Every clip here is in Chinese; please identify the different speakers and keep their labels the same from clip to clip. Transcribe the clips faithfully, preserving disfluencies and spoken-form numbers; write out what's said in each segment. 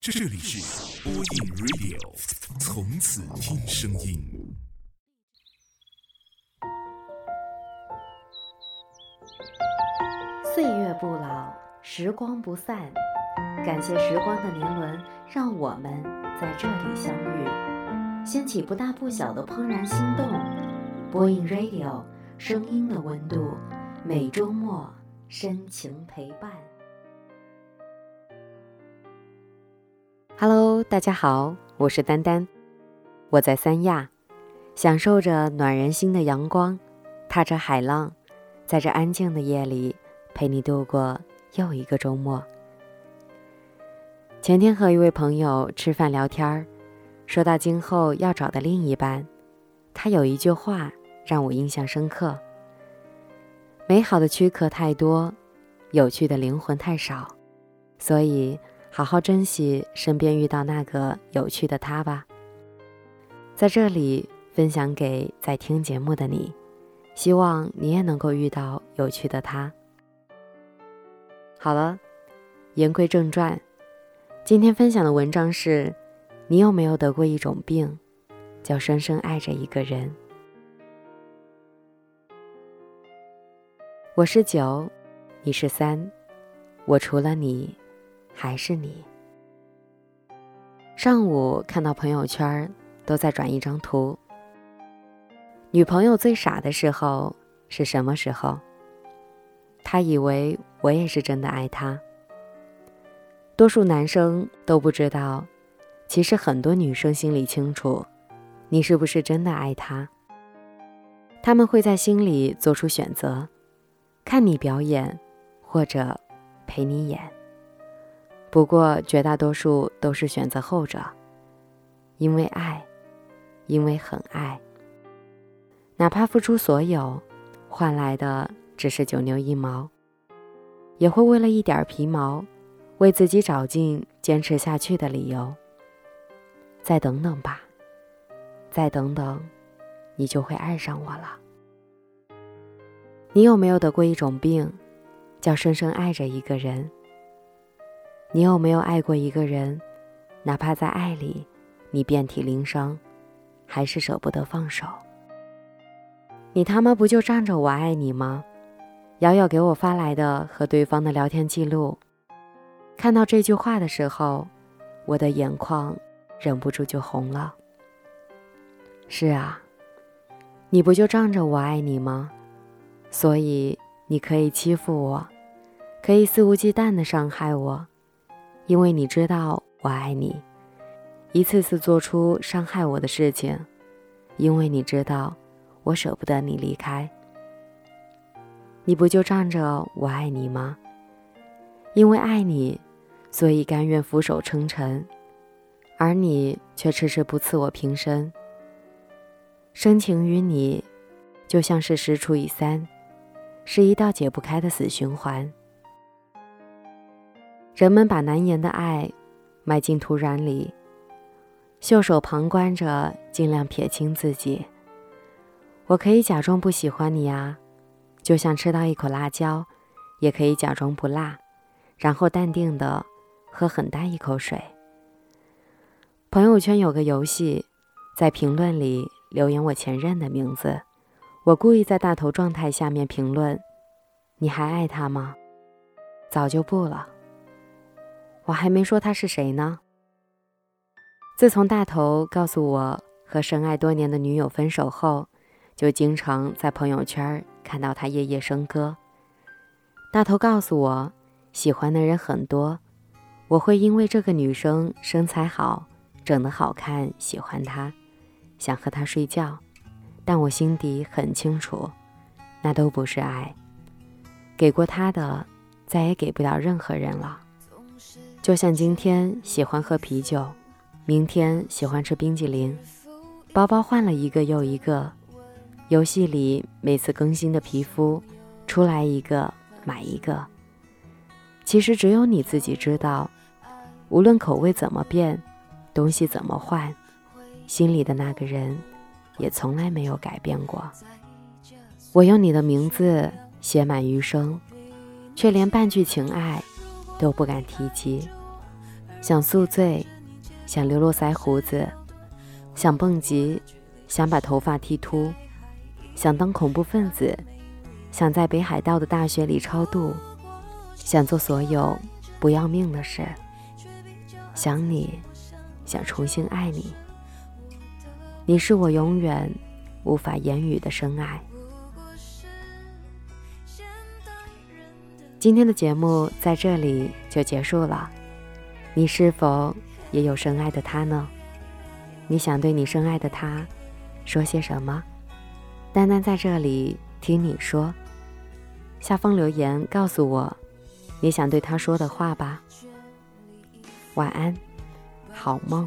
Speaker 1: 这里是播音 Radio， 从此听声音。
Speaker 2: 岁月不老，时光不散，感谢时光的年轮，让我们在这里相遇，掀起不大不小的怦然心动。播音 Radio， 声音的温度，每周末深情陪伴。Hello， 大家好，我是丹丹，我在三亚，享受着暖人心的阳光，踏着海浪，在这安静的夜里陪你度过又一个周末。前天和一位朋友吃饭聊天，说到今后要找的另一半，他有一句话让我印象深刻：美好的躯壳太多，有趣的灵魂太少，所以好好珍惜身边遇到那个有趣的他吧。在这里分享给在听节目的你，希望你也能够遇到有趣的他。好了，言归正传，今天分享的文章是：你有没有得过一种病，叫深深爱着一个人？我是九，你是三，我除了你还是你。上午看到朋友圈都在转一张图，女朋友最傻的时候是什么时候？她以为我也是真的爱她。多数男生都不知道，其实很多女生心里清楚，你是不是真的爱她。他们会在心里做出选择，看你表演，或者陪你演。不过绝大多数都是选择后者，因为爱，因为很爱，哪怕付出所有，换来的只是九牛一毛，也会为了一点皮毛，为自己找尽坚持下去的理由。再等等吧，再等等，你就会爱上我了。你有没有得过一种病，叫深深爱着一个人？你有没有爱过一个人，哪怕在爱里你遍体鳞伤，还是舍不得放手？你他妈不就仗着我爱你吗？瑶瑶给我发来的和对方的聊天记录，看到这句话的时候，我的眼眶忍不住就红了。是啊，你不就仗着我爱你吗？所以你可以欺负我，可以肆无忌惮地伤害我，因为你知道我爱你，一次次做出伤害我的事情，因为你知道我舍不得你离开。你不就仗着我爱你吗？因为爱你，所以甘愿俯首称臣，而你却迟迟不赐我平生。深情于你，就像是十除以三，是一道解不开的死循环。人们把难言的爱埋进土壤里，袖手旁观着，尽量撇清自己。我可以假装不喜欢你啊，就像吃到一口辣椒，也可以假装不辣，然后淡定地喝很大一口水。朋友圈有个游戏，在评论里留言我前任的名字，我故意在大头状态下面评论：你还爱他吗？早就不了。我还没说他是谁呢。自从大头告诉我和深爱多年的女友分手后，就经常在朋友圈看到他夜夜笙歌。大头告诉我，喜欢的人很多，我会因为这个女生身材好，整得好看，喜欢她，想和她睡觉，但我心底很清楚，那都不是爱。给过她的，再也给不了任何人了。就像今天喜欢喝啤酒，明天喜欢吃冰激凌，包包换了一个又一个，游戏里每次更新的皮肤，出来一个买一个。其实只有你自己知道，无论口味怎么变，东西怎么换，心里的那个人也从来没有改变过。我用你的名字写满余生，却连半句情爱都不敢提及。 想宿醉，想留络腮胡子，想蹦极，想把头发剃秃，想当恐怖分子，想在北海道的大雪里超度，想做所有不要命的事，想你，想重新爱你。你是我永远无法言语的深爱。今天的节目在这里就结束了，你是否也有深爱的他呢？你想对你深爱的他说些什么？丹丹在这里听你说，下方留言告诉我你想对他说的话吧。晚安，好梦。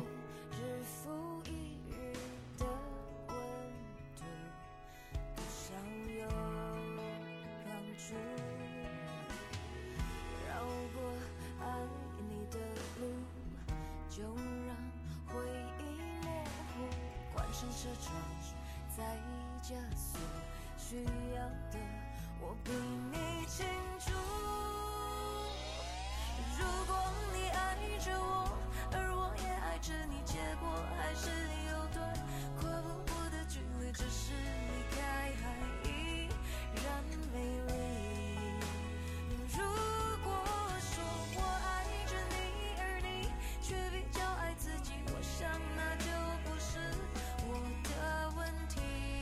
Speaker 3: 车窗在加速，需要的我比你清楚。如果你爱着我，而我也爱着你，结果还是有段跨不过的距离，只是离开还依然美丽。如果说我爱着你，而你却比较爱自己，我想那就不是我的问题，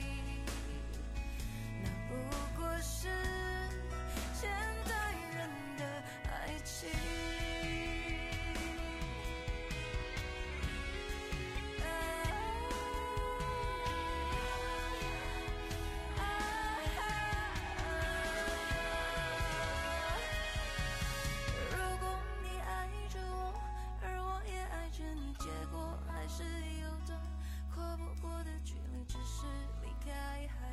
Speaker 3: 那不过是现代人的爱情。如果你爱着我，而我也爱着你，结果还是有段跨不过的距离，只是离开。